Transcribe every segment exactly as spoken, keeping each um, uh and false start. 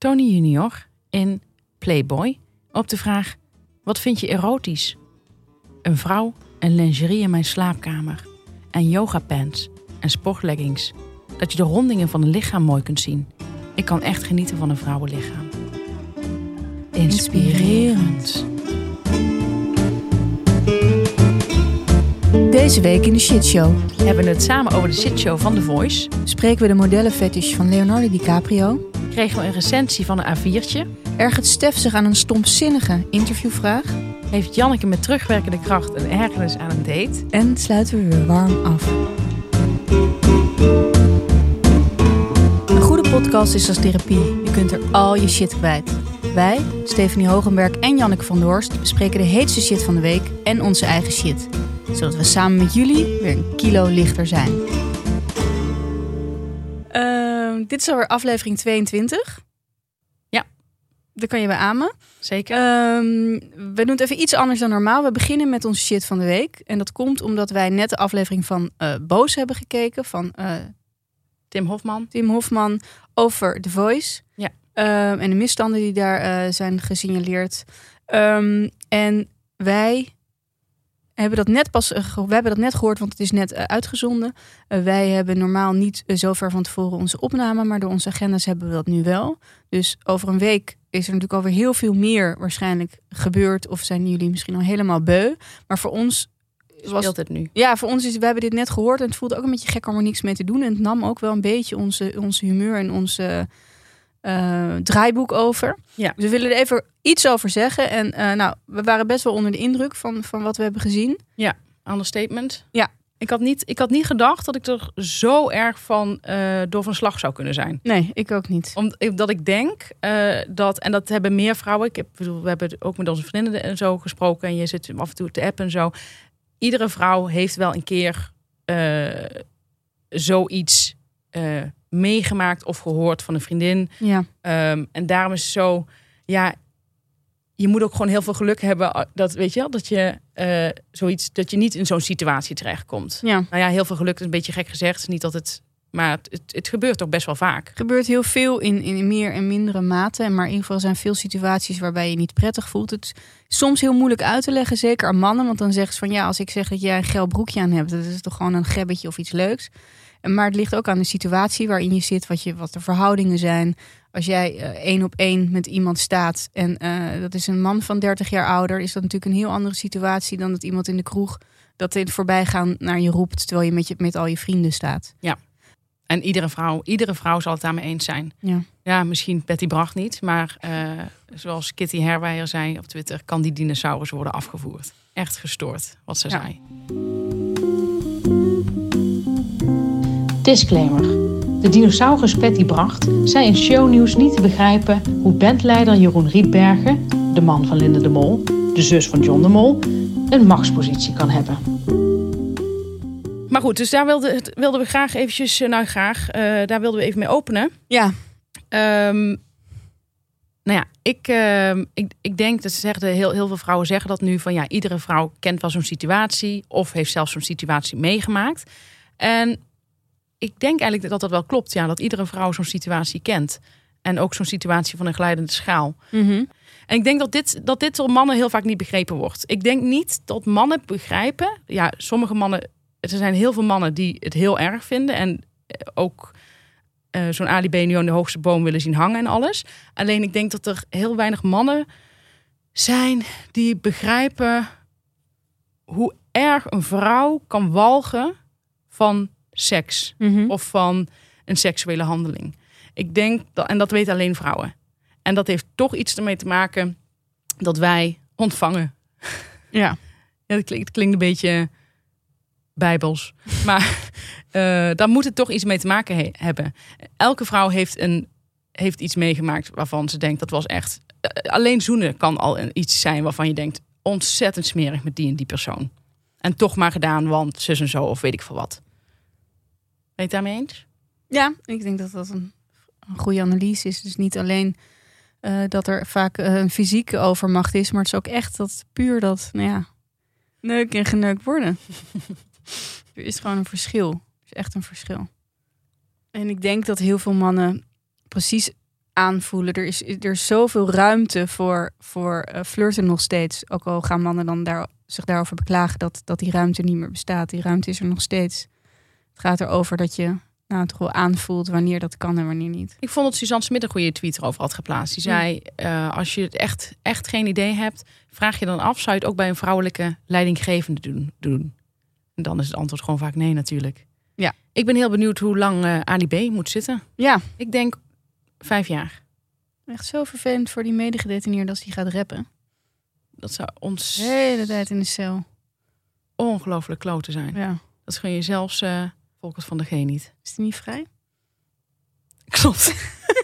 Tony junior in Playboy op de vraag: wat vind je erotisch? Een vrouw en lingerie in mijn slaapkamer. En yogapants en sportleggings. Dat je de rondingen van een lichaam mooi kunt zien. Ik kan echt genieten van een vrouwenlichaam. Inspirerend. Deze week in de shitshow Hebben we het samen over de shitshow van The Voice. spreken we de modellenfetish van Leonardo DiCaprio. Kregen we een recensie van een A viertje. Ergert Stef zich aan een stomzinnige interviewvraag. Heeft Janneke met terugwerkende kracht een ergernis aan een date. En sluiten we weer warm af. Een goede podcast is als therapie. Je kunt er al je shit kwijt. Wij, Stephanie Hogenberg en Janneke van der Horst, bespreken de heetste shit van de week en onze eigen shit. Zodat we samen met jullie weer een kilo lichter zijn. Uh, dit is alweer aflevering tweeëntwintig. Ja. Daar kan je bij amen. Zeker. Uh, we doen het even iets anders dan normaal. We beginnen met onze shit van de week. En dat komt omdat wij net de aflevering van uh, Boos hebben gekeken. Van uh, Tim Hofman. Tim Hofman over The Voice. Ja. Uh, en de misstanden die daar uh, zijn gesignaleerd. Um, en wij hebben dat net pas uh, we hebben dat net gehoord, want het is net uh, uitgezonden. Uh, wij hebben normaal niet uh, zo ver van tevoren onze opname, maar door onze agendas hebben we dat nu wel. Dus over een week is er natuurlijk alweer heel veel meer waarschijnlijk gebeurd. Of zijn jullie misschien al helemaal beu. Maar voor ons was Speelt het nu? Ja, voor ons is, we hebben dit net gehoord en het voelde ook een beetje gek om er niks mee te doen. En het nam ook wel een beetje onze, onze humeur en onze uh, draaiboek over. Ja. Dus we willen er even iets over zeggen. En uh, nou, we waren best wel onder de indruk van, van wat we hebben gezien. Ja, understatement. Ja. Ik had niet, ik had niet gedacht dat ik er zo erg van uh, door van slag zou kunnen zijn. Nee, ik ook niet. Omdat ik denk uh, dat, en dat hebben meer vrouwen. Ik heb, bedoel, we hebben ook met onze vriendinnen en zo gesproken. En je zit af en toe te appen en zo. Iedere vrouw heeft wel een keer uh, zoiets uh, meegemaakt of gehoord van een vriendin. Ja. Um, en daarom is het zo, ja, je moet ook gewoon heel veel geluk hebben dat, weet je wel, dat je uh, zoiets, dat je niet in zo'n situatie terechtkomt. Ja. Nou ja, heel veel geluk is een beetje gek gezegd. Het is niet dat het, maar het, het, het gebeurt toch best wel vaak. Er gebeurt heel veel in, in meer en mindere mate. Maar in ieder geval zijn veel situaties waarbij je niet prettig voelt. Het is soms heel moeilijk uit te leggen, zeker aan mannen. Want dan zeggen ze van ja, als ik zeg dat jij een geil broekje aan hebt, dat is toch gewoon een gebbetje of iets leuks. Maar het ligt ook aan de situatie waarin je zit, wat, je, wat de verhoudingen zijn. Als jij uh, één op één met iemand staat en uh, dat is een man van dertig jaar ouder, is dat natuurlijk een heel andere situatie dan dat iemand in de kroeg dat in het voorbijgaan naar je roept terwijl je met, je met al je vrienden staat. Ja. En iedere vrouw, iedere vrouw zal het daarmee eens zijn. Ja, ja misschien Betty Bracht niet, maar uh, zoals Kitty Herwijer zei op Twitter, kan die dinosaurus worden afgevoerd. Echt gestoord wat ze ja. zei. Disclaimer. De dinosaurus Betty Bracht zei in shownieuws niet te begrijpen hoe bandleider Jeroen Rietbergen, de man van Linde de Mol, de zus van John de Mol, een machtspositie kan hebben. Maar goed, dus daar wilden wilde we graag eventjes, nou graag, uh, daar wilden we even mee openen. Ja. Um, nou ja, ik, uh, ik, ik denk dat ze zeggen, heel, heel veel vrouwen zeggen dat nu van ja, iedere vrouw kent wel zo'n situatie of heeft zelfs zo'n situatie meegemaakt. En ik denk eigenlijk dat dat wel klopt, ja, dat iedere vrouw zo'n situatie kent. En ook zo'n situatie van een glijdende schaal. Mm-hmm. En ik denk dat dit, dat dit door mannen heel vaak niet begrepen wordt. Ik denk niet dat mannen begrijpen. Ja, sommige mannen, er zijn heel veel mannen die het heel erg vinden. En ook uh, zo'n Ali B nu aan de hoogste boom willen zien hangen en alles. Alleen ik denk dat er heel weinig mannen zijn die begrijpen hoe erg een vrouw kan walgen van seks. Mm-hmm. Of van een seksuele handeling. Ik denk, dat, en dat weten alleen vrouwen. En dat heeft toch iets ermee te maken dat wij ontvangen. Ja. Ja, het klinkt, het klinkt een beetje bijbels. Maar uh, daar moet het toch iets mee te maken he- hebben. Elke vrouw heeft, een, heeft iets meegemaakt waarvan ze denkt, dat was echt... Uh, alleen zoenen kan al een, iets zijn waarvan je denkt, ontzettend smerig met die en die persoon. En toch maar gedaan, want zus en zo, of weet ik veel wat. Ben je het daarmee eens? Ja, ik denk dat dat een, een goede analyse is. Dus niet alleen uh, dat er vaak uh, een fysieke overmacht is, maar het is ook echt dat puur dat, nou ja, neuk en geneukt worden. Er is gewoon een verschil. Er is echt een verschil. En ik denk dat heel veel mannen precies aanvoelen. Er is, er is zoveel ruimte voor, voor uh, flirten nog steeds. Ook al gaan mannen dan daar, zich daarover beklagen dat, dat die ruimte niet meer bestaat. Die ruimte is er nog steeds. Het gaat erover dat je nou, toch wel aanvoelt wanneer dat kan en wanneer niet. Ik vond dat Suzanne Smit een goede tweet erover had geplaatst. Die zei, uh, als je het echt, echt geen idee hebt, vraag je dan af, zou je het ook bij een vrouwelijke leidinggevende doen? doen? En dan is het antwoord gewoon vaak nee natuurlijk. Ja. Ik ben heel benieuwd hoe lang uh, Ali B moet zitten. Ja. Ik denk vijf jaar. Echt zo vervelend voor die medegedetineerde als die gaat rappen. Dat zou ons de hele tijd in de cel. Ongelooflijk kloten zijn. Ja. Dat gun je zelfs uh, Volkert van der G niet. Is die niet vrij? Klopt.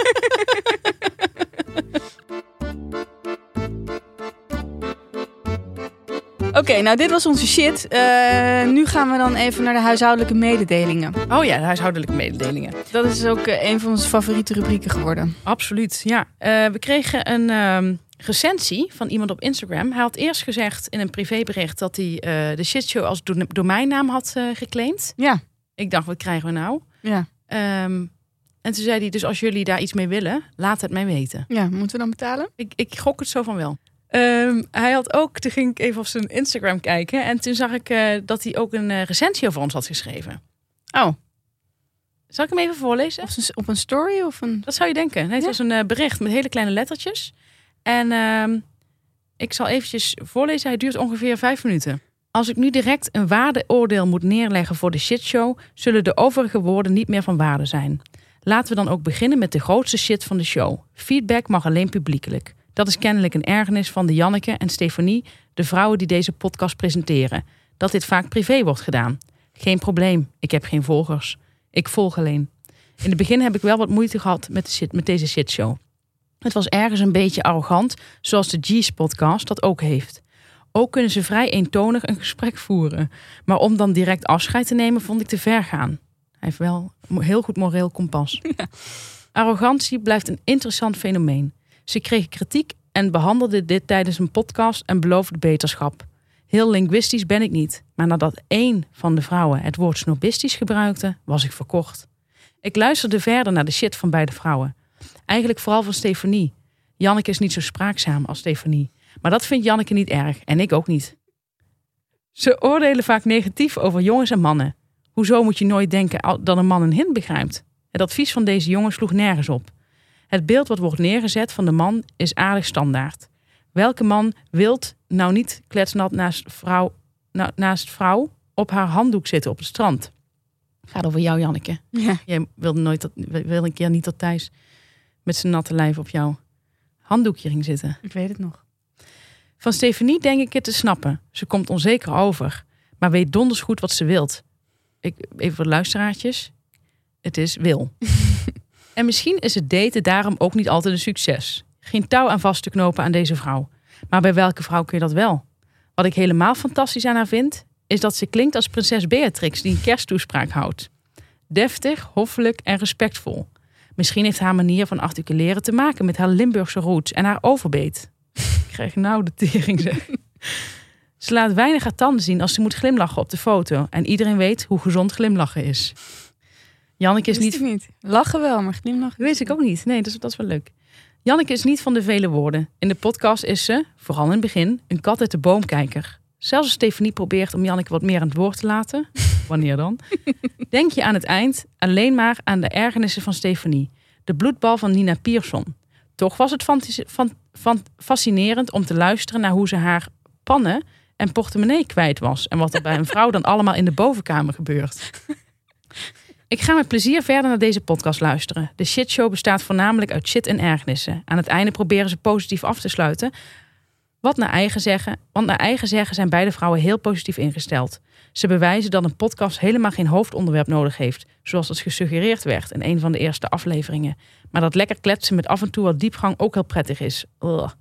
Oké, okay, nou dit was onze shit. Uh, nu gaan we dan even naar de huishoudelijke mededelingen. Oh ja, de huishoudelijke mededelingen. Dat is ook uh, een van onze favoriete rubrieken geworden. Absoluut, ja. Uh, we kregen een um, recensie van iemand op Instagram. Hij had eerst gezegd in een privébericht dat hij uh, de shitshow als do- domeinnaam had uh, geclaimd. Ja. Ik dacht, wat krijgen we nou? Ja. Um, en toen zei hij, dus als jullie daar iets mee willen, laat het mij weten. Ja, moeten we dan betalen? Ik, ik gok het zo van wel. Um, hij had ook, toen ging ik even op zijn Instagram kijken. En toen zag ik uh, dat hij ook een uh, recensie over ons had geschreven. Oh. Zal ik hem even voorlezen? Op een, op een story of een... Dat zou je denken. Nee, het ja? was een uh, bericht met hele kleine lettertjes. En uh, ik zal eventjes voorlezen. Hij duurt ongeveer vijf minuten. Als ik nu direct een waardeoordeel moet neerleggen voor de shitshow, zullen de overige woorden niet meer van waarde zijn. Laten we dan ook beginnen met de grootste shit van de show. Feedback mag alleen publiekelijk. Dat is kennelijk een ergernis van de Janneke en Stefanie, de vrouwen die deze podcast presenteren. Dat dit vaak privé wordt gedaan. Geen probleem, ik heb geen volgers. Ik volg alleen. In het begin heb ik wel wat moeite gehad met, de shit, met deze shitshow. Het was ergens een beetje arrogant, zoals de G's podcast dat ook heeft. Ook kunnen ze vrij eentonig een gesprek voeren. Maar om dan direct afscheid te nemen, vond ik te ver gaan. Hij heeft wel een heel goed moreel kompas. Ja. Arrogantie blijft een interessant fenomeen. Ze kregen kritiek en behandelden dit tijdens een podcast en beloofde beterschap. Heel linguïstisch ben ik niet, maar nadat één van de vrouwen het woord snobistisch gebruikte, was ik verkocht. Ik luisterde verder naar de shit van beide vrouwen. Eigenlijk vooral van Stefanie. Janneke is niet zo spraakzaam als Stefanie. Maar dat vindt Janneke niet erg en ik ook niet. Ze oordelen vaak negatief over jongens en mannen. Hoezo moet je nooit denken dat een man een hint begrijpt? Het advies van deze jongen sloeg nergens op. Het beeld wat wordt neergezet van de man is aardig standaard. Welke man wilt nou niet kletsnat naast vrouw, na, naast vrouw op haar handdoek zitten op het strand? Gaat over jou, Janneke. Ja. Jij wilde nooit dat, wilde een keer niet dat Thijs met zijn natte lijf op jouw handdoekje ging zitten. Ik weet het nog. Van Stefanie denk ik het te snappen. Ze komt onzeker over, maar weet donders goed wat ze wilt. Ik, even voor de luisteraartjes. Het is wil. En misschien is het daten daarom ook niet altijd een succes. Geen touw aan vast te knopen aan deze vrouw. Maar bij welke vrouw kun je dat wel? Wat ik helemaal fantastisch aan haar vind, is dat ze klinkt als prinses Beatrix die een kersttoespraak houdt. Deftig, hoffelijk en respectvol. Misschien heeft haar manier van articuleren te maken met haar Limburgse roots en haar overbeet. Ik krijg nou de tering zeg. Ze laat weinig haar tanden zien als ze moet glimlachen op de foto. En iedereen weet hoe gezond glimlachen is. Janneke is niet... niet. Lachen wel, maar glimlachen... Dat weet ik ook niet. Nee, dat is, dat is wel leuk. Janneke is niet van de vele woorden. In de podcast is ze, vooral in het begin, een kat uit de boomkijker. Zelfs als Stefanie probeert om Janneke wat meer aan het woord te laten. Wanneer dan? Denk je aan het eind alleen maar aan de ergernissen van Stefanie. De bloedbal van Nina Pierson. Toch was het van, van, van fascinerend om te luisteren naar hoe ze haar pannen en portemonnee kwijt was. En wat er bij een vrouw dan allemaal in de bovenkamer gebeurt. Ik ga met plezier verder naar deze podcast luisteren. De shitshow bestaat voornamelijk uit shit en ergernissen. Aan het einde proberen ze positief af te sluiten. Wat naar eigen zeggen, want naar eigen zeggen zijn beide vrouwen heel positief ingesteld. Ze bewijzen dat een podcast helemaal geen hoofdonderwerp nodig heeft, zoals het gesuggereerd werd in een van de eerste afleveringen. Maar dat lekker kletsen met af en toe wat diepgang ook heel prettig is. Ugh.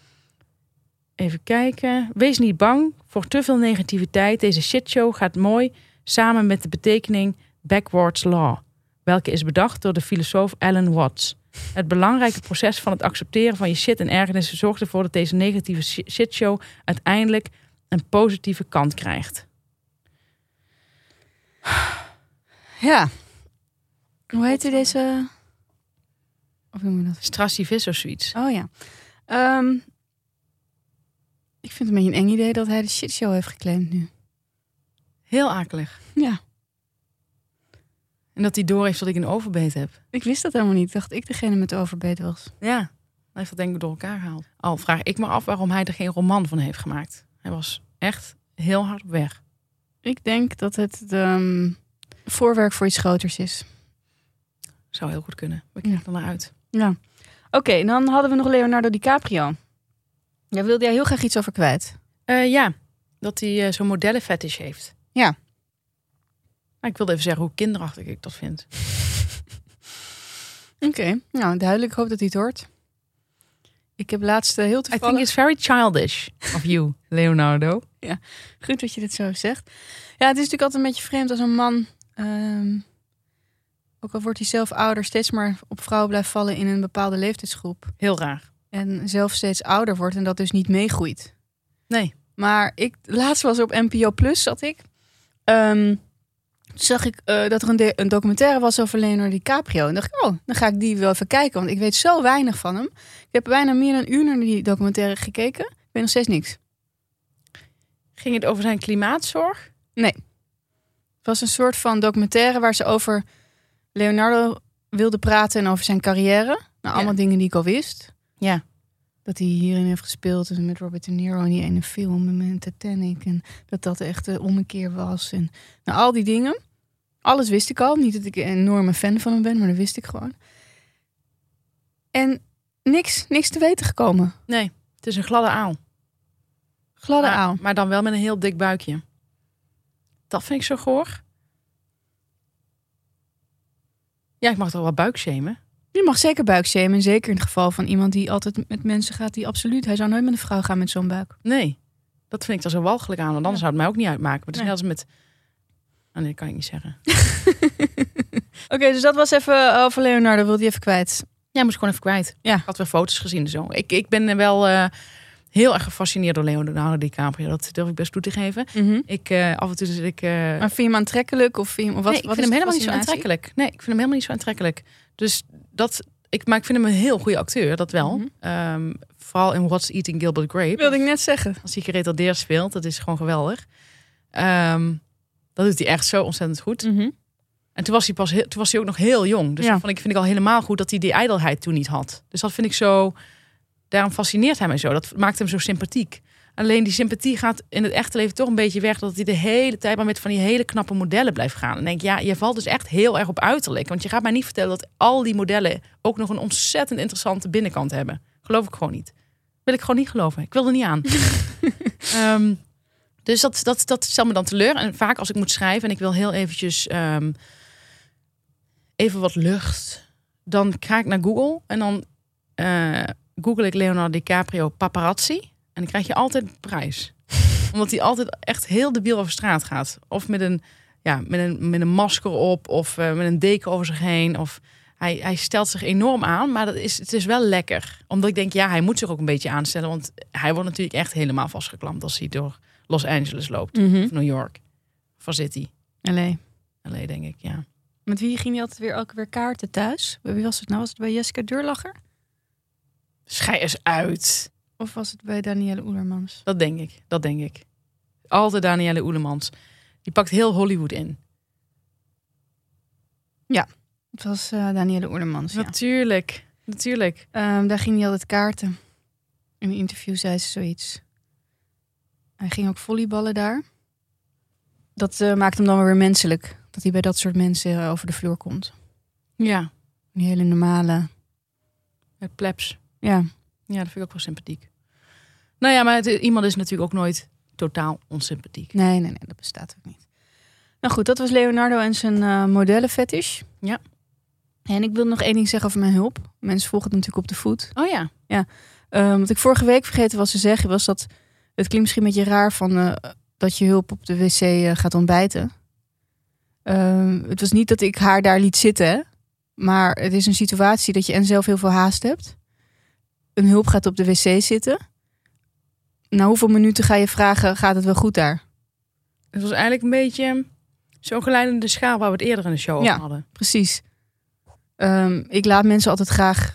Even kijken. Wees niet bang voor te veel negativiteit. Deze shitshow gaat mooi samen met de betekening backwards law, welke is bedacht door de filosoof Alan Watts. Het belangrijke proces van het accepteren van je shit en ergernissen zorgt ervoor dat deze negatieve shitshow uiteindelijk een positieve kant krijgt. Ja. Hoe heet deze? Of noem je dat? Strassi-vis of zoiets. Oh ja. Um, ik vind het een beetje een eng idee dat hij de shitshow heeft geclaimd nu. Heel akelig. Ja. En dat hij door heeft dat ik een overbeet heb. Ik wist dat helemaal niet. Ik dacht ik degene met de overbeet was. Ja, hij heeft dat denk ik door elkaar gehaald. Al vraag ik me af waarom hij er geen roman van heeft gemaakt. Hij was echt heel hard op weg. Ik denk dat het um, voorwerk voor iets groters is. Zou heel goed kunnen. We kijken er naar uit. Ja. Oké, okay, dan hadden we nog Leonardo DiCaprio. Daar wilde jij heel graag iets over kwijt. Uh, ja, dat hij uh, zo'n modellenfetish heeft. Ja. Maar ik wilde even zeggen hoe kinderachtig ik dat vind. Oké, okay. Nou duidelijk. Ik hoop dat hij het hoort. Ik heb laatst uh, heel toevallig... I think it's very childish of you, Leonardo. Ja, goed dat je dit zo zegt. Ja, het is natuurlijk altijd een beetje vreemd als een man... Um, ook al wordt hij zelf ouder, steeds maar op vrouwen blijft vallen in een bepaalde leeftijdsgroep. Heel raar. En zelf steeds ouder wordt en dat dus niet meegroeit. Nee. Maar ik, laatst was op N P O Plus, zat ik. Um, zag ik uh, dat er een, de, een documentaire was over Leonardo DiCaprio. En dacht ik, oh, dan ga ik die wel even kijken. Want ik weet zo weinig van hem. Ik heb bijna meer dan een uur naar die documentaire gekeken. Ik weet nog steeds niks. Ging het over zijn klimaatzorg? Nee. Het was een soort van documentaire waar ze over Leonardo wilde praten en over zijn carrière. Nou, allemaal ja. dingen die ik al wist. Ja. Dat hij hierin heeft gespeeld en met Robert De Niro in die ene film met Titanic. En dat dat echt de ommekeer was. En nou, al die dingen. Alles wist ik al. Niet dat ik een enorme fan van hem ben, maar dat wist ik gewoon. En niks, niks te weten gekomen. Nee, het is een gladde aal. Gladde maar, aal. Maar dan wel met een heel dik buikje. Dat vind ik zo goor. Ja, ik mag toch wel buikshamen? Je mag zeker buikshamen. Zeker in het geval van iemand die altijd met mensen gaat die absoluut... Hij zou nooit met een vrouw gaan met zo'n buik. Nee, dat vind ik dan zo walgelijk aan. Want anders ja. zou het mij ook niet uitmaken. Maar het is nee. net als met... Oh nee, dat kan ik niet zeggen. Oké, okay, dus dat was even over Leonardo. Wilde je even kwijt? Ja, moest gewoon even kwijt. Ja. Ik had weer foto's gezien. Zo. Ik, ik ben wel uh, heel erg gefascineerd door Leonardo DiCaprio. Dat durf ik best toe te geven. Mm-hmm. Ik, uh, af en toe zit ik... Uh... Maar vind je hem aantrekkelijk? Of vind je, of wat, nee, ik wat vind is hem helemaal niet zo aantrekkelijk. Nee, ik vind hem helemaal niet zo aantrekkelijk. Dus dat... Ik, maar ik vind hem een heel goede acteur, dat wel. Mm-hmm. Um, vooral in What's Eating Gilbert Grape. Wilde ik net zeggen. Als hij geretardeerd speelt, dat is gewoon geweldig. Um, dat doet hij echt zo ontzettend goed. Mm-hmm. En toen was hij pas, heel, toen was hij ook nog heel jong. Dus ja. dat vond ik, vind ik al helemaal goed dat hij die ijdelheid toen niet had. Dus dat vind ik zo... Daarom fascineert hij mij zo. Dat maakt hem zo sympathiek. Alleen die sympathie gaat in het echte leven toch een beetje weg... dat hij de hele tijd maar met van die hele knappe modellen blijft gaan. En dan denk ik, ja, je valt dus echt heel erg op uiterlijk. Want je gaat mij niet vertellen dat al die modellen... ook nog een ontzettend interessante binnenkant hebben. Geloof ik gewoon niet. Wil ik gewoon niet geloven. Ik wil er niet aan. um, dus dat, dat, dat stelt me dan teleur. En vaak als ik moet schrijven en ik wil heel eventjes... Um, even wat lucht... dan ga ik naar Google en dan uh, google ik Leonardo DiCaprio paparazzi... En dan krijg je altijd een prijs. Omdat hij altijd echt heel debiel over straat gaat. Of met een, ja, met een, met een masker op. Of uh, met een deken over zich heen. Of hij, hij stelt zich enorm aan. Maar dat is, het is wel lekker. Omdat ik denk, ja, hij moet zich ook een beetje aanstellen. Want hij wordt natuurlijk echt helemaal vastgeklampt... als hij door Los Angeles loopt. Mm-hmm. Of New York. Of waar zit hij? L A. L A, denk ik, ja. Met wie ging hij altijd weer elke weer kaarten thuis? Bij wie was het nou? Was het bij Jessica Deurlacher? Schij eens uit... Of was het bij Danielle Oelermans? Dat denk ik, dat denk ik. Altijd Danielle Oelermans. Die pakt heel Hollywood in. Ja, het was uh, Danielle Oelermans. Natuurlijk, ja. natuurlijk. Um, daar ging hij altijd kaarten. In een interview zei ze zoiets. Hij ging ook volleyballen daar. Dat uh, maakt hem dan weer menselijk. Dat hij bij dat soort mensen uh, over de vloer komt. Ja. Die hele normale... Met plebs. Ja. Ja, dat vind ik ook wel sympathiek. Nou ja, maar het, iemand is natuurlijk ook nooit totaal onsympathiek. Nee, nee, nee, dat bestaat ook niet. Nou goed, dat was Leonardo en zijn uh, modellenfetish. Ja. En ik wil nog één ding zeggen over mijn hulp. Mensen volgen het natuurlijk op de voet. Oh ja. Ja. Um, wat ik vorige week vergeten was te zeggen, was dat... Het klinkt misschien een beetje raar van uh, dat je hulp op de wc uh, gaat ontbijten. Um, het was niet dat ik haar daar liet zitten, hè? Maar het is een situatie dat je en zelf heel veel haast hebt... Een hulp gaat op de wc zitten. Na hoeveel minuten ga je vragen, gaat het wel goed daar? Het was eigenlijk een beetje zo'n geleidende schaal waar we het eerder in de show over ja, hadden. Precies. Um, ik laat mensen altijd graag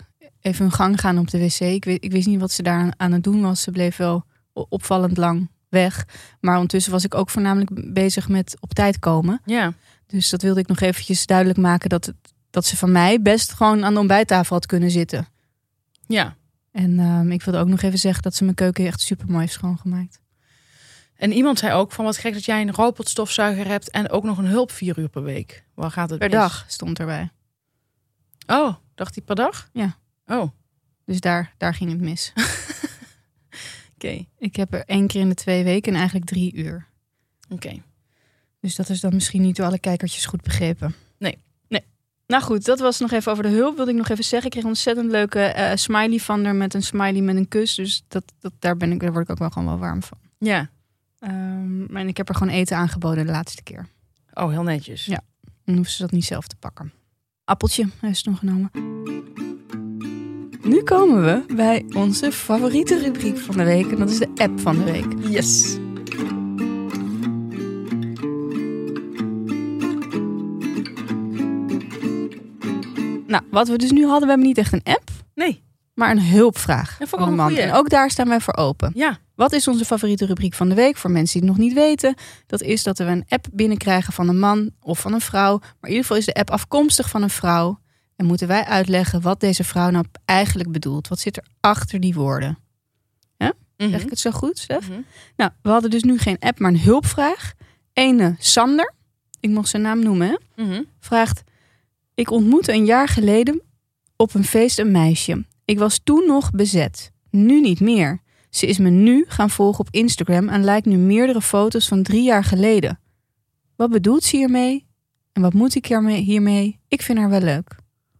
even hun gang gaan op de wc. Ik, weet, ik wist niet wat ze daar aan, aan het doen was. Ze bleef wel opvallend lang weg. Maar ondertussen was ik ook voornamelijk bezig met op tijd komen. Ja. Dus dat wilde ik nog eventjes duidelijk maken. Dat, het, dat ze van mij best gewoon aan de ontbijttafel had kunnen zitten. Ja. En um, ik wilde ook nog even zeggen dat ze mijn keuken echt super mooi heeft schoongemaakt. En iemand zei ook van wat gek dat jij een robotstofzuiger hebt en ook nog een hulp vier uur per week. Waar gaat het Per mis? dag stond erbij. Oh, dacht hij per dag? Ja. Oh. Dus daar, daar ging het mis. Oké. Okay. Ik heb er één keer in de twee weken en eigenlijk drie uur. Oké. Okay. Dus dat is dan misschien niet door alle kijkertjes goed begrepen. Nee. Nee. Nou goed, dat was nog even over de hulp. Wilde ik nog even zeggen. Ik kreeg een ontzettend leuke uh, smiley van haar met een smiley met een kus. Dus dat, dat, daar, ben ik, daar word ik ook wel gewoon wel warm van. Ja. Um, en ik heb er gewoon eten aangeboden de laatste keer. Oh, heel netjes. Ja. Dan hoeft ze dat niet zelf te pakken. Appeltje heeft ze nog genomen. Nu komen we bij onze favoriete rubriek van de week. En dat is de app van de week. Yes. Nou, wat we dus nu hadden, we hebben niet echt een app. Nee. Maar een hulpvraag ja, van een man. En ook daar staan wij voor open. Ja. Wat is onze favoriete rubriek van de week? Voor mensen die het nog niet weten. Dat is dat we een app binnenkrijgen van een man of van een vrouw. Maar in ieder geval is de app afkomstig van een vrouw. En moeten wij uitleggen wat deze vrouw nou eigenlijk bedoelt. Wat zit er achter die woorden? Ja? Mm-hmm. Zeg ik het zo goed, Stef? Mm-hmm. Nou, we hadden dus nu geen app, maar een hulpvraag. Ene Sander, ik mocht zijn naam noemen, hè? Mm-hmm. Vraagt: ik ontmoette een jaar geleden op een feest een meisje. Ik was toen nog bezet. Nu niet meer. Ze is me nu gaan volgen op Instagram en lijkt nu meerdere foto's van drie jaar geleden. Wat bedoelt ze hiermee? En wat moet ik hiermee? Ik vind haar wel leuk.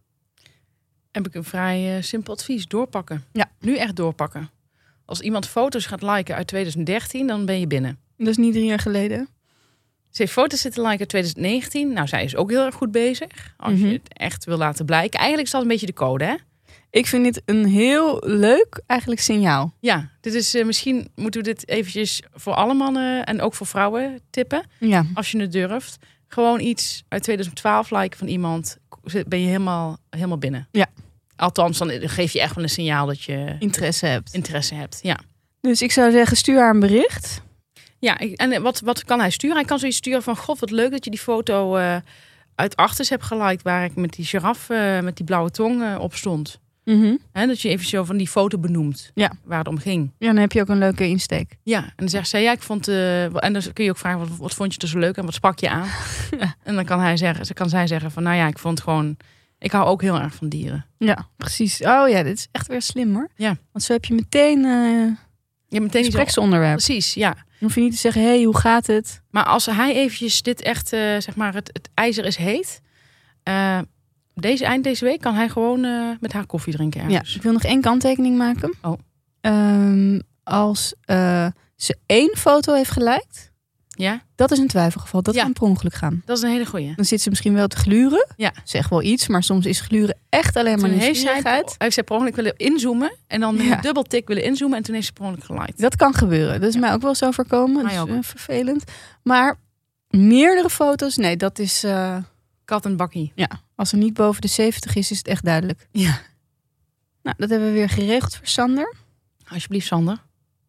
Heb ik een vrij uh, simpel advies. Doorpakken. Ja. Nu echt doorpakken. Als iemand foto's gaat liken uit twintig dertien, dan ben je binnen. Dat is niet drie jaar geleden. Ze heeft foto's zitten liken uit twintig negentien. Nou, zij is ook heel erg goed bezig. Als mm-hmm. je het echt wil laten blijken. Eigenlijk is dat een beetje de code, hè? Ik vind dit een heel leuk eigenlijk signaal. Ja, dit is uh, misschien moeten we dit eventjes voor alle mannen en ook voor vrouwen tippen. Ja. Als je het durft. Gewoon iets uit twintig twaalf liken van iemand. Ben je helemaal, helemaal binnen. Ja. Althans, dan geef je echt wel een signaal dat je interesse hebt. Interesse hebt, ja. Dus ik zou zeggen, stuur haar een bericht. Ja, en wat, wat kan hij sturen? Hij kan zoiets sturen van: god, wat leuk dat je die foto uh, uit Achters hebt geliked, waar ik met die giraffe uh, met die blauwe tong uh, op stond. Mm-hmm. He, dat je even zo van die foto benoemt, ja. waar het om ging. Ja, dan heb je ook een leuke insteek. Ja, en dan zegt zij, ja, ik vond, uh, en dan kun je ook vragen, wat, wat vond je er zo leuk en wat sprak je aan? Ja. En dan kan hij zeggen, ze kan zij zeggen van, nou ja, ik vond gewoon, ik hou ook heel erg van dieren. Ja, precies. Oh ja, dit is echt weer slim hoor. Ja. Want zo heb je meteen, uh, ja, meteen gespreksonderwerp. Precies, ja. Dan hoef je niet te zeggen, hé, hey, hoe gaat het? Maar als hij eventjes dit echt, uh, zeg maar, het, het ijzer is heet. Uh, deze eind deze week kan hij gewoon uh, met haar koffie drinken ergens. Ja, ik wil nog één kanttekening maken. Oh. Um, als uh, ze één foto heeft geliked, ja? Dat is een twijfelgeval. Dat ja. kan per ongeluk gaan. Dat is een hele goeie. Dan zit ze misschien wel te gluren. Ja. Zeg wel iets, maar soms is gluren echt alleen maar nieuwsgierigheid. Hij heeft zij per ongeluk willen inzoomen en dan met ja. een dubbeltik willen inzoomen en toen heeft ze per ongeluk geliked. Dat kan gebeuren. Dat is ja. mij ook wel zo voorkomen. Dat is uh, vervelend. Maar meerdere foto's, nee, dat is uh, kat en bakkie. Ja, als er niet boven de zeventig is, is het echt duidelijk. Ja. Nou, dat hebben we weer geregeld voor Sander. Alsjeblieft, Sander.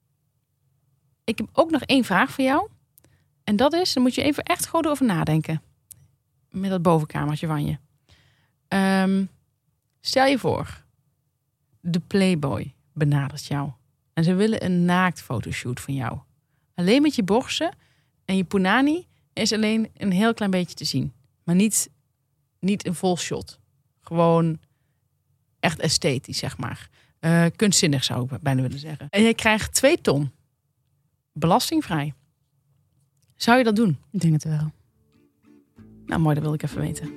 Ik heb ook nog één vraag voor jou. En dat is, dan moet je even echt goed over nadenken. Met dat bovenkamertje van je. Um, stel je voor, de Playboy benadert jou. En ze willen een naaktfotoshoot van jou. Alleen met je borsten en je punani is alleen een heel klein beetje te zien. Maar niet, niet een vol shot. Gewoon echt esthetisch, zeg maar. Uh, kunstzinnig zou ik bijna willen zeggen. En je krijgt twee ton. Belastingvrij. Zou je dat doen? Ik denk het wel. Nou, mooi, dat wil ik even weten.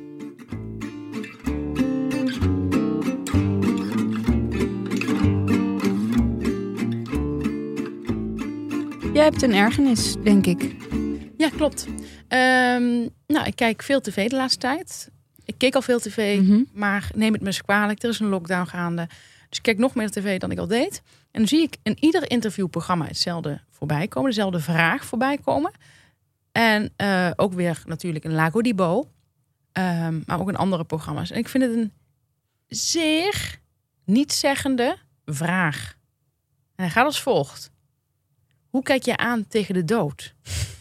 Jij hebt een ergernis, denk ik. Ja, klopt. Um, nou, ik kijk veel tv de laatste tijd. Ik keek al veel tv, mm-hmm. maar neem het me eens kwalijk. Er is een lockdown gaande. Dus ik kijk nog meer tv dan ik al deed. En dan zie ik in ieder interviewprogramma hetzelfde voorbij komen. Dezelfde vraag voorbij komen. En uh, ook weer natuurlijk een Lago di Bo. Um, maar ook in andere programma's. En ik vind het een zeer nietszeggende vraag. En hij gaat als volgt. Hoe kijk je aan tegen de dood?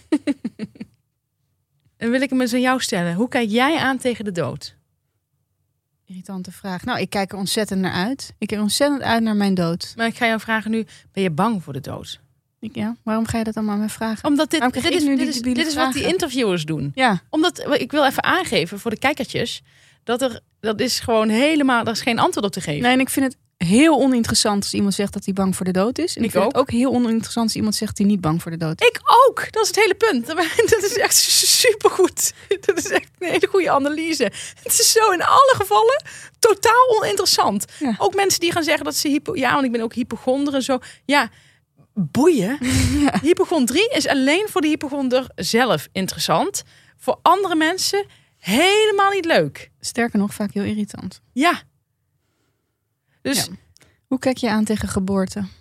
En wil ik hem eens aan jou stellen. Hoe kijk jij aan tegen de dood? Irritante vraag. Nou, ik kijk er ontzettend naar uit. Ik kijk er ontzettend uit naar mijn dood. Maar ik ga jou vragen nu, ben je bang voor de dood? Ik, ja, waarom ga je dat allemaal aan mij vragen? Omdat dit, Waarom dit, krijg is, ik nu dit, die is, debiele dit is wat die vragen? interviewers doen. Ja, Omdat, ik wil even aangeven voor de kijkertjes, dat er, dat is gewoon helemaal, er is geen antwoord op te geven. nee, en ik vind het heel oninteressant als iemand zegt dat hij bang voor de dood is. En ik, Ik vind ook. het ook heel oninteressant als iemand zegt dat hij niet bang voor de dood is. Ik ook, dat is het hele punt. Dat is echt supergoed. Dat is echt een hele goede analyse. Het is zo in alle gevallen totaal oninteressant. Ja. Ook mensen die gaan zeggen dat ze hypo, ja, want ik ben ook hypochonder en zo. Ja, boeien. Ja. Hypochondrie is alleen voor de hypochonder zelf interessant. Voor andere mensen helemaal niet leuk. Sterker nog, vaak heel irritant. Ja. Dus Ja. Hoe kijk je aan tegen geboorte? Dat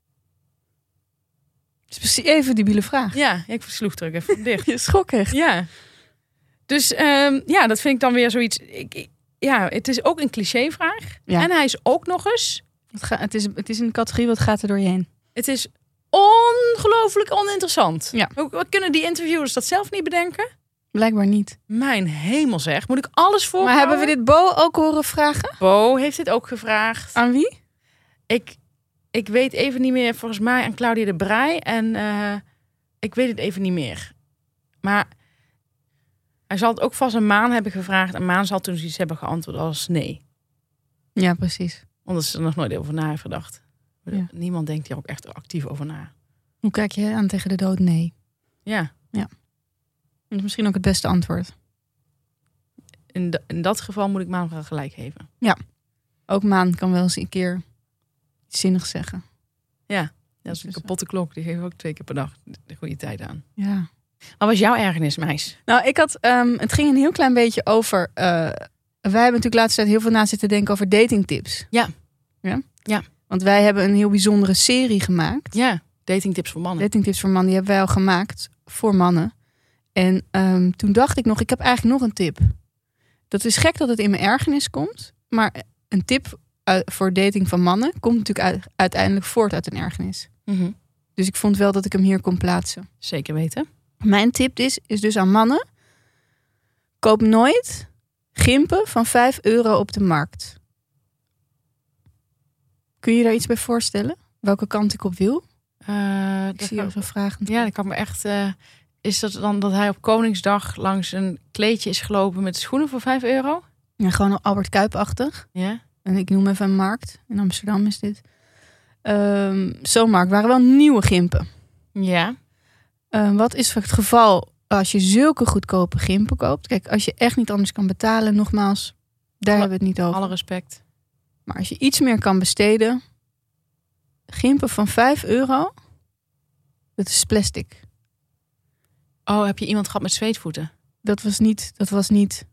is precies even een debiele vraag. ja, ik versloeg terug even dicht. Je schok echt. Ja. Dus um, ja, dat vind ik dan weer zoiets. Ik, ik, ja, het is ook een clichévraag. Ja. En hij is ook nog eens. Het, ga, het, is, het is een categorie, wat gaat er door je heen? Het is ongelooflijk oninteressant. Ja. Hoe, hoe kunnen die interviewers dat zelf niet bedenken? Blijkbaar niet. Mijn hemel zeg. Moet ik alles voor? Maar hebben we dit Bo ook horen vragen? Bo heeft dit ook gevraagd. Aan wie? Ik, ik weet even niet meer. Volgens mij aan Claudia de Breij. En uh, ik weet het even niet meer. Maar hij zal het ook vast een Maan hebben gevraagd. En Maan zal toen iets hebben geantwoord als nee. Ja, precies. Omdat ze er nog nooit over na heeft gedacht. Ja. Niemand denkt hier ook echt actief over na. Hoe kijk je aan tegen de dood? Nee. Ja. Dat is misschien ook het beste antwoord. In, de, in dat geval moet ik Maan wel gelijk geven. Ook Maan kan wel eens een keer iets zinnigs zeggen. Ja. Dat is een Dus, kapotte klok. Die geeft ook twee keer per dag de goede tijd aan. Ja. Wat was jouw ergernis, meis? Nou, ik had, um, het ging een heel klein beetje over. Uh, wij hebben natuurlijk de laatste tijd heel veel na zitten denken over datingtips. Ja. Ja? Ja. Want wij hebben een heel bijzondere serie gemaakt. Ja, datingtips voor mannen. Datingtips voor mannen, die hebben wij al gemaakt voor mannen. En um, toen dacht ik nog, ik heb eigenlijk nog een tip. Dat is gek dat het in mijn ergernis komt. Maar een tip uh, voor dating van mannen komt natuurlijk uit, uiteindelijk voort uit een ergernis. Mm-hmm. Dus ik vond wel dat ik hem hier kon plaatsen. Zeker weten. Mijn tip is, is dus aan mannen. Koop nooit gimpen van vijf euro op de markt. Kun je daar iets bij voorstellen? Welke kant ik op wil? Uh, Ik zie jou zo vragend. Ja, dat kan me echt... Uh, is dat dan dat hij op Koningsdag langs een kleedje is gelopen met schoenen voor vijf euro? Ja, gewoon Albert Kuip-achtig. Ja. En ik noem even een markt. In Amsterdam is dit. Um, Zo'n markt waren wel nieuwe gimpen. Ja. Uh, wat is het geval als je zulke goedkope gimpen koopt? Kijk, als je echt niet anders kan betalen, nogmaals, daar alle, hebben we het niet over. Alle respect. Maar als je iets meer kan besteden, gimpen van vijf euro, dat is plastic. Oh, heb je iemand gehad met zweetvoeten? Dat was niet, dat was niet,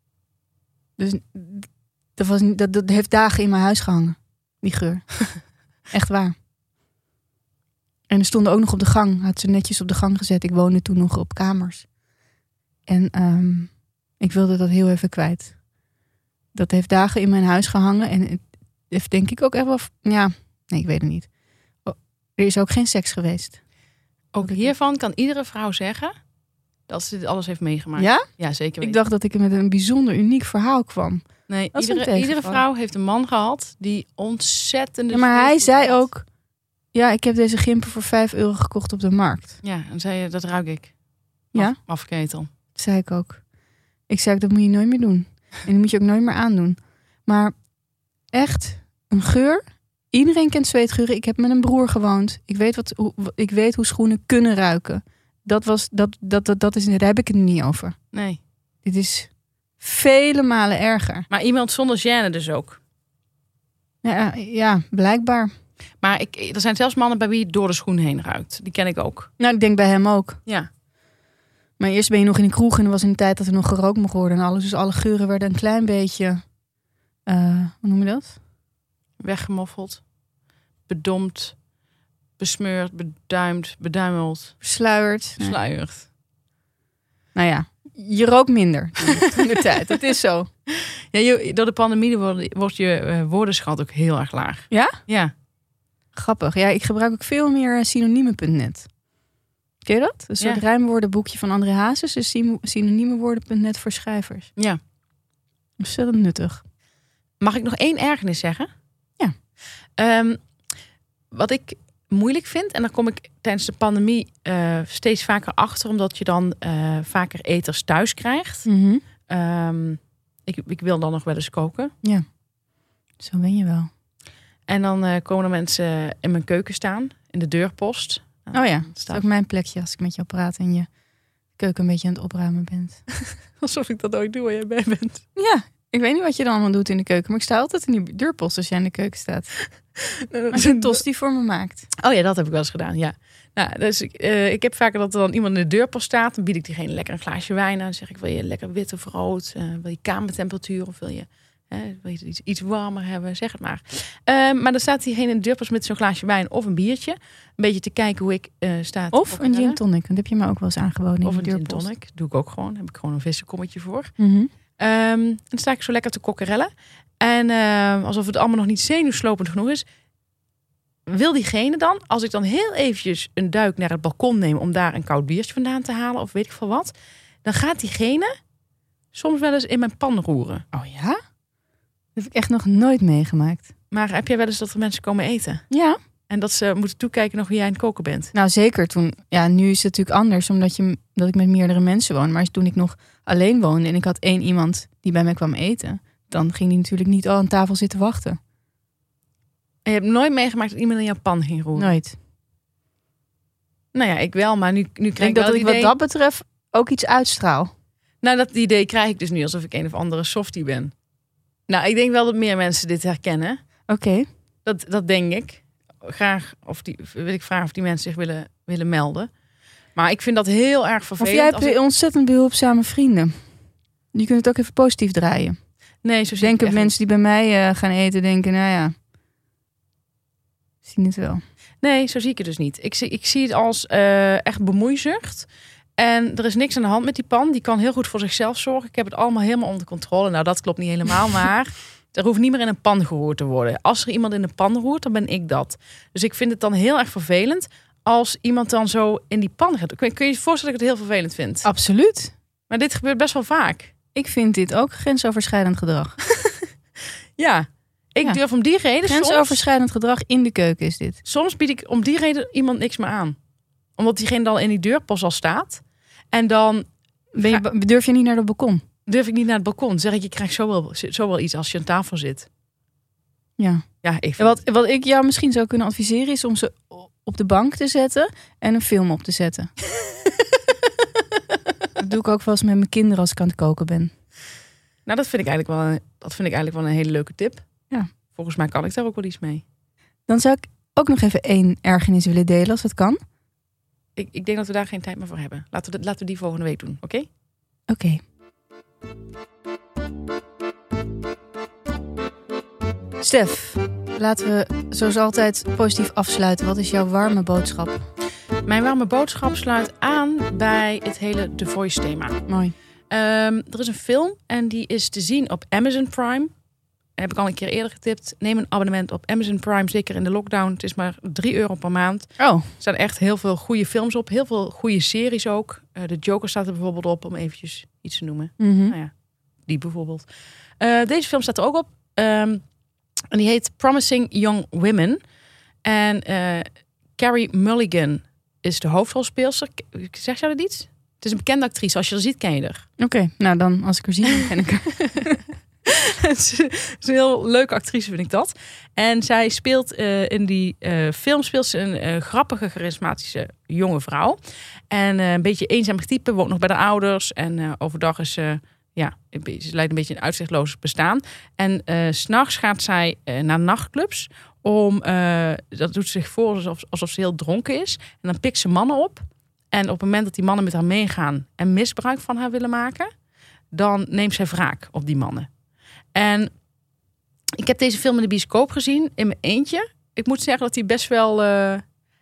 dus dat, was niet, dat, dat heeft dagen in mijn huis gehangen, die geur. Echt waar. En er stonden ook nog op de gang, had ze netjes op de gang gezet. Ik woonde toen nog op kamers. En um, ik wilde dat heel even kwijt. Dat heeft dagen in mijn huis gehangen. En het heeft denk ik ook echt wel... Ja, nee, ik weet het niet. Oh, er is ook geen seks geweest. Ook hiervan kan iedere vrouw zeggen dat ze dit alles heeft meegemaakt. Ja? Ja, zeker weten. Ik dacht dat ik met een bijzonder uniek verhaal kwam. Nee, Dat is een iedere, iedere tegenval. vrouw heeft een man gehad die ontzettende... Ja, maar hij zweetvoeten zei had. ook... Ja, ik heb deze gimpen voor vijf euro gekocht op de markt. Ja, en zei je, dat ruik ik. Ja? Af, afketel. Dat zei ik ook. Ik zei ook, dat moet je nooit meer doen. En die moet je ook nooit meer aandoen. Maar echt, een geur. Iedereen kent zweetgeuren. Ik heb met een broer gewoond. Ik weet, wat, hoe, ik weet hoe schoenen kunnen ruiken. Dat, was, dat, dat, dat, dat is, daar heb ik het niet over. Nee. Dit is vele malen erger. Maar iemand zonder gêne dus ook. Ja, ja, blijkbaar. Maar ik, er zijn zelfs mannen bij wie het door de schoen heen ruikt. Die ken ik ook. Nou, ik denk bij hem ook. Ja. Maar eerst ben je nog in de kroeg en er was in de tijd dat er nog gerookt mocht worden en alles. Dus alle geuren werden een klein beetje, uh, hoe noem je dat? Weggemoffeld. Bedompt. Besmeurd. Beduimd. Beduimeld. Versluierd. Versluierd. Nou ja, je rookt minder in de tijd. Dat is zo. Ja, je, door de pandemie wordt, wordt je uh, woordenschat ook heel erg laag. Ja? Ja. Grappig. Ja, ik gebruik ook veel meer synoniemen punt net. Ken je dat? Een soort Ja. rijmwoordenboekje van André Hazes. Dus synoniemenwoorden punt net voor schrijvers. Ja. Ontzettend nuttig. Mag ik nog één ergernis zeggen? Ja. Um, wat ik moeilijk vind, en daar kom ik tijdens de pandemie uh, steeds vaker achter, omdat je dan uh, vaker eters thuis krijgt. Mm-hmm. Um, ik, ik wil dan nog wel eens koken. Ja, zo ben je wel. En dan uh, komen er mensen in mijn keuken staan, in de deurpost. Oh ja, dat staat is ook mijn plekje als ik met jou praat en je keuken een beetje aan het opruimen bent. Alsof ik dat ooit doe waar jij bij bent. Ja, ik weet niet wat je dan allemaal doet in de keuken, maar ik sta altijd in die deurpost als jij in de keuken staat. Als je een tost die voor me maakt. Oh ja, dat heb ik wel eens gedaan, ja. Nou, dus ik, uh, ik heb vaker dat er dan iemand in de deurpost staat. Dan bied ik diegene lekker een glaasje wijn aan. Dan zeg ik, wil je lekker wit of rood? Uh, wil je kamertemperatuur of wil je, uh, wil je iets, iets warmer hebben? Zeg het maar. Uh, maar dan staat diegene in de deurpost met zo'n glaasje wijn of een biertje. Een beetje te kijken hoe ik uh, sta. Of een gin tonic, dat heb je me ook wel eens aangeboden in of de een gin deurpost. tonic, doe ik ook gewoon. Daar heb ik gewoon een vissenkommetje voor. Mm-hmm. Um, dan sta ik zo lekker te kokkerellen. En uh, alsof het allemaal nog niet zenuwslopend genoeg is, wil diegene dan, als ik dan heel eventjes een duik naar het balkon neem om daar een koud biertje vandaan te halen of weet ik veel wat, dan gaat diegene soms wel eens in mijn pan roeren. Oh ja? Dat heb ik echt nog nooit meegemaakt. Maar heb jij wel eens dat er mensen komen eten? Ja. En dat ze moeten toekijken nog wie jij aan het koken bent? Nou zeker toen, ja nu is het natuurlijk anders omdat je, dat ik met meerdere mensen woon. Maar toen ik nog alleen woonde en ik had één iemand die bij mij kwam eten, dan ging die natuurlijk niet al aan tafel zitten wachten. En je hebt nooit meegemaakt dat iemand in jouw pan ging roeren? Nooit. Nou ja, ik wel, maar nu, nu krijg Ik denk ik dat wel ik het idee... wat dat betreft ook iets uitstraal. Nou, dat idee krijg ik dus nu alsof ik een of andere softie ben. Nou, ik denk wel dat meer mensen dit herkennen. Oké. Okay. Dat, dat denk ik. Graag, of die, wil ik vragen of die mensen zich willen, willen melden. Maar ik vind dat heel erg vervelend. Of jij hebt als ik... ontzettend behulpzame vrienden. Je kunt het ook even positief draaien. Nee, zo denken mensen die bij mij uh, gaan eten, denken, nou ja, zien het wel. Nee, zo zie ik het dus niet. Ik zie, ik zie het als uh, echt bemoeizucht. En er is niks aan de hand met die pan. Die kan heel goed voor zichzelf zorgen. Ik heb het allemaal helemaal onder controle. Nou, dat klopt niet helemaal, maar er hoeft niet meer in een pan geroerd te worden. Als er iemand in een pan roert, dan ben ik dat. Dus ik vind het dan heel erg vervelend als iemand dan zo in die pan gaat. Kun je je voorstellen dat ik het heel vervelend vind? Absoluut. Maar dit gebeurt best wel vaak. Ik vind dit ook grensoverschrijdend gedrag. Ja, ik ja. durf om die reden... Grensoverschrijdend soms, gedrag in de keuken is dit. Soms bied ik om die reden iemand niks meer aan. Omdat diegene dan in die deurpost al staat. En dan... Ben je, durf je niet naar het balkon? Durf ik niet naar het balkon. Zeg ik, je krijgt zo wel, zo wel iets als je aan tafel zit. Ja. Ja, ik vind... wat, wat ik jou misschien zou kunnen adviseren is om ze op de bank te zetten en een film op te zetten. Dat doe ik ook wel eens met mijn kinderen als ik aan het koken ben. Nou, dat vind ik eigenlijk wel een, dat vind ik eigenlijk wel een hele leuke tip. Ja. Volgens mij kan ik daar ook wel iets mee. Dan zou ik ook nog even één ergernis willen delen, als dat kan. Ik, ik denk dat we daar geen tijd meer voor hebben. Laten we, laten we die volgende week doen, oké? Okay? Oké. Okay. Stef, laten we zoals altijd positief afsluiten. Wat is jouw warme boodschap? Mijn warme boodschap sluit aan bij het hele The Voice thema. Mooi. Um, er is een film en die is te zien op Amazon Prime. Heb ik al een keer eerder getipt. Neem een abonnement op Amazon Prime, zeker in de lockdown. Het is maar drie euro per maand. Oh. Er staan echt heel veel goede films op. Heel veel goede series ook. Uh, de Joker staat er bijvoorbeeld op, om eventjes iets te noemen. Mm-hmm. Nou ja, die bijvoorbeeld. Uh, deze film staat er ook op. Um, en die heet Promising Young Women. En uh, Carey Mulligan is de hoofdrolspeelster. Zeg jij dat iets? Het is een bekende actrice. Als je er ziet, ken je er. Oké, okay, nou dan als ik er zie, dan ken ik haar. Het is een heel leuke actrice, vind ik dat. En zij speelt uh, in die uh, film speelt ze een uh, grappige, charismatische jonge vrouw. En uh, een beetje eenzaam type, woont nog bij de ouders. En uh, overdag is ze, ja, ze leidt een beetje een uitzichtloos bestaan. En uh, 's nachts gaat zij uh, naar nachtclubs. Om, uh, dat doet ze zich voor alsof, alsof ze heel dronken is. En dan pikt ze mannen op. En op het moment dat die mannen met haar meegaan en misbruik van haar willen maken, dan neemt zij wraak op die mannen. En ik heb deze film in de bioscoop gezien, in mijn eentje. Ik moet zeggen dat hij best wel uh,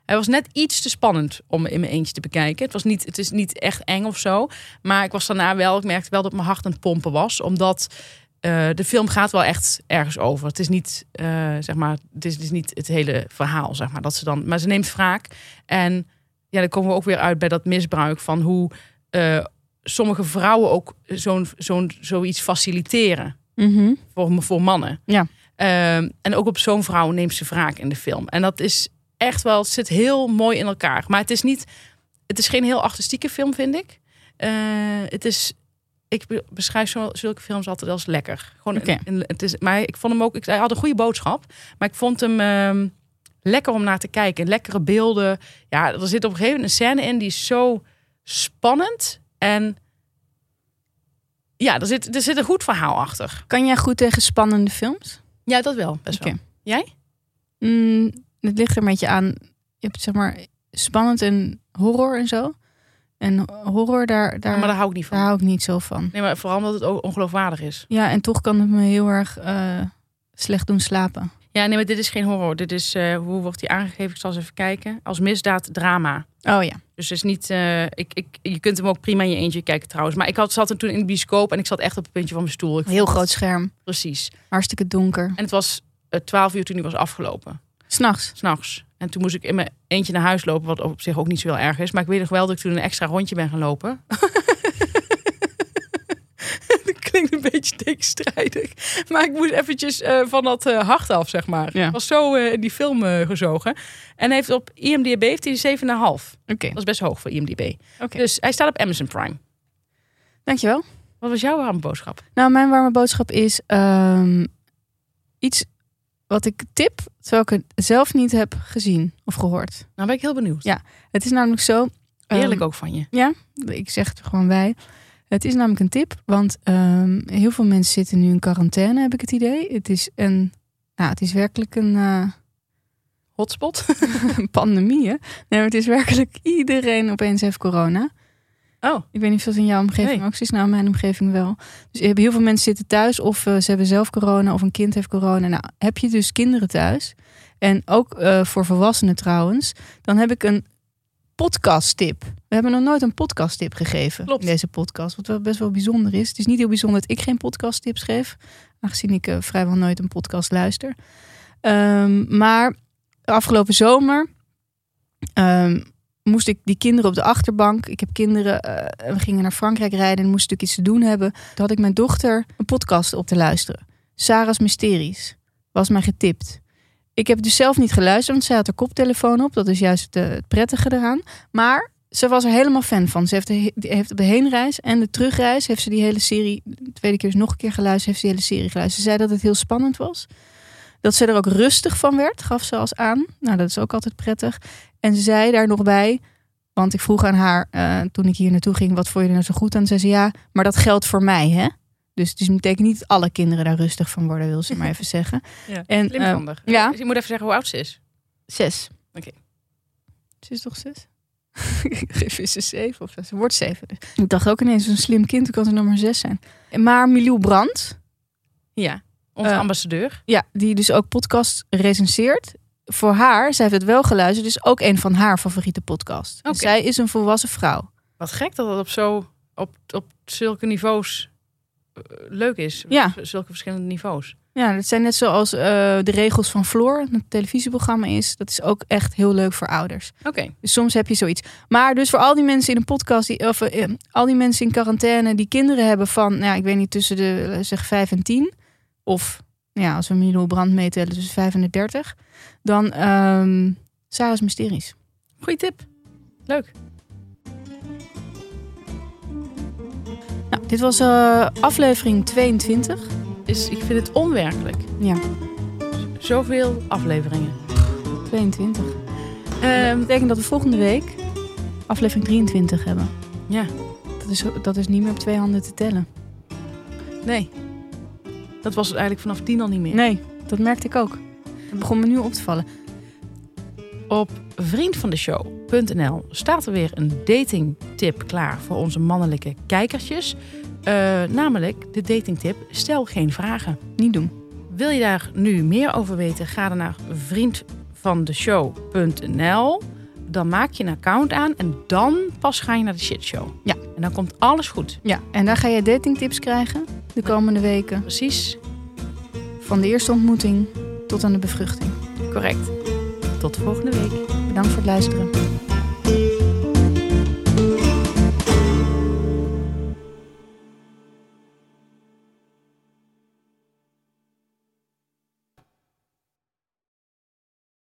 Hij was net iets te spannend om in mijn eentje te bekijken. Het was niet, het is niet echt eng of zo. Maar ik was daarna wel, ik merkte wel dat mijn hart aan het pompen was. Omdat uh, de film gaat wel echt ergens over. Het is niet, uh, zeg maar, het is, het is niet het hele verhaal, zeg maar. Dat ze dan, maar ze neemt wraak. En ja, dan komen we ook weer uit bij dat misbruik van hoe uh, sommige vrouwen ook zo'n, zo'n, zoiets faciliteren. Mm-hmm. Voor, voor mannen. Ja. Uh, en ook op zo'n vrouw neemt ze wraak in de film. En dat is echt wel, het zit heel mooi in elkaar. Maar het is niet, het is geen heel artistieke film, vind ik. Uh, het is, ik beschrijf zo, zulke films altijd als lekker. Gewoon, okay. een, een, het is, maar ik vond hem ook, ik, hij had een goede boodschap. Maar ik vond hem uh, lekker om naar te kijken. Lekkere beelden. Ja, er zit op een gegeven moment een scène in die is zo spannend. En ja, er zit, er zit een goed verhaal achter. Kan jij goed tegen spannende films? Ja, dat wel, best okay. wel. Jij? Mm, het ligt er een beetje aan. Je hebt zeg maar spannend en horror en zo. En horror, daar, daar, ja, maar daar hou ik niet van. Daar hou ik niet zo van. Nee, maar vooral omdat het ook ongeloofwaardig is. Ja, en toch kan het me heel erg uh, slecht doen slapen. Ja, nee, maar dit is geen horror. Dit is, uh, hoe wordt die aangegeven? Ik zal eens even kijken. Als misdaad drama. Oh ja. Dus het is niet, uh, ik, ik, je kunt hem ook prima in je eentje kijken trouwens. Maar ik had, zat er toen in de bioscoop en ik zat echt op het puntje van mijn stoel. Ik heel groot scherm. Precies. Hartstikke donker. En het was uh, twaalf uur toen hij was afgelopen. S'nachts? S'nachts. En toen moest ik in mijn eentje naar huis lopen, wat op zich ook niet zo heel erg is. Maar ik weet nog wel dat ik toen een extra rondje ben gaan lopen. Dat klinkt een beetje tegenstrijdig. Maar ik moest eventjes uh, van dat uh, hart af, zeg maar. Ja. Ik was zo uh, in die film uh, gezogen. En heeft op I M D B heeft hij zeven komma vijf. Oké. Okay. Dat is best hoog voor I M D B. Okay. Dus hij staat op Amazon Prime. Dankjewel. Wat was jouw warme boodschap? Nou, mijn warme boodschap is um, iets wat ik tip, terwijl ik het zelf niet heb gezien of gehoord. Nou ben ik heel benieuwd. Ja, het is namelijk zo. Heerlijk um, ook van je. Ja, ik zeg het gewoon wij. Het is namelijk een tip, want um, heel veel mensen zitten nu in quarantaine, heb ik het idee. Het is een, nou, het is werkelijk een uh, hotspot, een pandemie. Hè? Nee, maar het is werkelijk iedereen opeens heeft corona. Oh, ik weet niet of dat in jouw omgeving nee. ook is. Nou, in mijn omgeving wel. Dus heel veel mensen zitten thuis of uh, ze hebben zelf corona of een kind heeft corona. Nou, heb je dus kinderen thuis en ook uh, voor volwassenen trouwens, dan heb ik een podcast-tip. We hebben nog nooit een podcast-tip gegeven. Klopt. In deze podcast, wat wel best wel bijzonder is. Het is niet heel bijzonder dat ik geen podcast-tips geef, aangezien ik uh, vrijwel nooit een podcast luister. Um, maar afgelopen zomer um, moest ik die kinderen op de achterbank. Ik heb kinderen, uh, we gingen naar Frankrijk rijden en moest natuurlijk iets te doen hebben. Toen had ik mijn dochter een podcast op te luisteren. Sarah's Mysteries was mij getipt. Ik heb het dus zelf niet geluisterd, want zij had haar koptelefoon op. Dat is juist het, het prettige eraan. Maar ze was er helemaal fan van. Ze heeft, de, heeft op de heenreis en de terugreis heeft ze die hele serie, de tweede keer is nog een keer geluisterd, heeft ze die hele serie geluisterd. Ze zei dat het heel spannend was. Dat ze er ook rustig van werd, gaf ze als aan. Nou, dat is ook altijd prettig. En ze zei daar nog bij, want ik vroeg aan haar uh, toen ik hier naartoe ging, wat vond je er nou zo goed aan? Zei ze, ja, maar dat geldt voor mij, hè? Dus het betekent niet dat alle kinderen daar rustig van worden, wil ze maar even zeggen. Ja, en, slim uh, ja. Dus je moet even zeggen hoe oud ze is. Zes. Oké. Okay. Ze is toch zes? Is ze zeven of zo? Ze wordt zeven. Dus. Ik dacht ook ineens, een slim kind, hoe kan ze nog maar zes zijn? Maar Milieu Brandt. Ja, onze uh, ambassadeur. Ja, die dus ook podcast recenseert. Voor haar, zij heeft het wel geluisterd, dus ook een van haar favoriete podcasts. Okay. Zij is een volwassen vrouw. Wat gek dat het op zo op, op zulke niveaus uh, leuk is. Ja. Zulke verschillende niveaus. Ja, dat zijn net zoals uh, de regels van Floor, een televisieprogramma is. Dat is ook echt heel leuk voor ouders. Oké. Okay. Dus soms heb je zoiets. Maar dus voor al die mensen in een podcast, die, of uh, al die mensen in quarantaine die kinderen hebben van, nou, ik weet niet, tussen de zeg vijf en tien. Of ja, als we Milieu Brandt meetellen, tussen vijf en de dertig. Dan um, Sarah's Mysteries. Goeie tip. Leuk. Nou, dit was uh, aflevering tweeëntwintig. Is, ik vind het onwerkelijk. Ja. Z- zoveel afleveringen. tweeëntwintig. Um, dat betekent dat we volgende week aflevering drieëntwintig hebben. Ja. Dat is, dat is niet meer op twee handen te tellen. Nee. Dat was het eigenlijk vanaf tien al niet meer. Nee, dat merkte ik ook. Het begon me nu op te vallen. Op vriendvandeshow punt n l staat er weer een datingtip klaar voor onze mannelijke kijkertjes. Uh, namelijk de datingtip: stel geen vragen. Niet doen. Wil je daar nu meer over weten? Ga dan naar vriendvandeshow punt n l. dan maak je een account aan en dan pas ga je naar de shitshow. Ja. En dan komt alles goed. Ja, en daar ga je datingtips krijgen de komende weken. Precies. Van de eerste ontmoeting tot aan de bevruchting. Correct. Tot de volgende week. Bedankt voor het luisteren.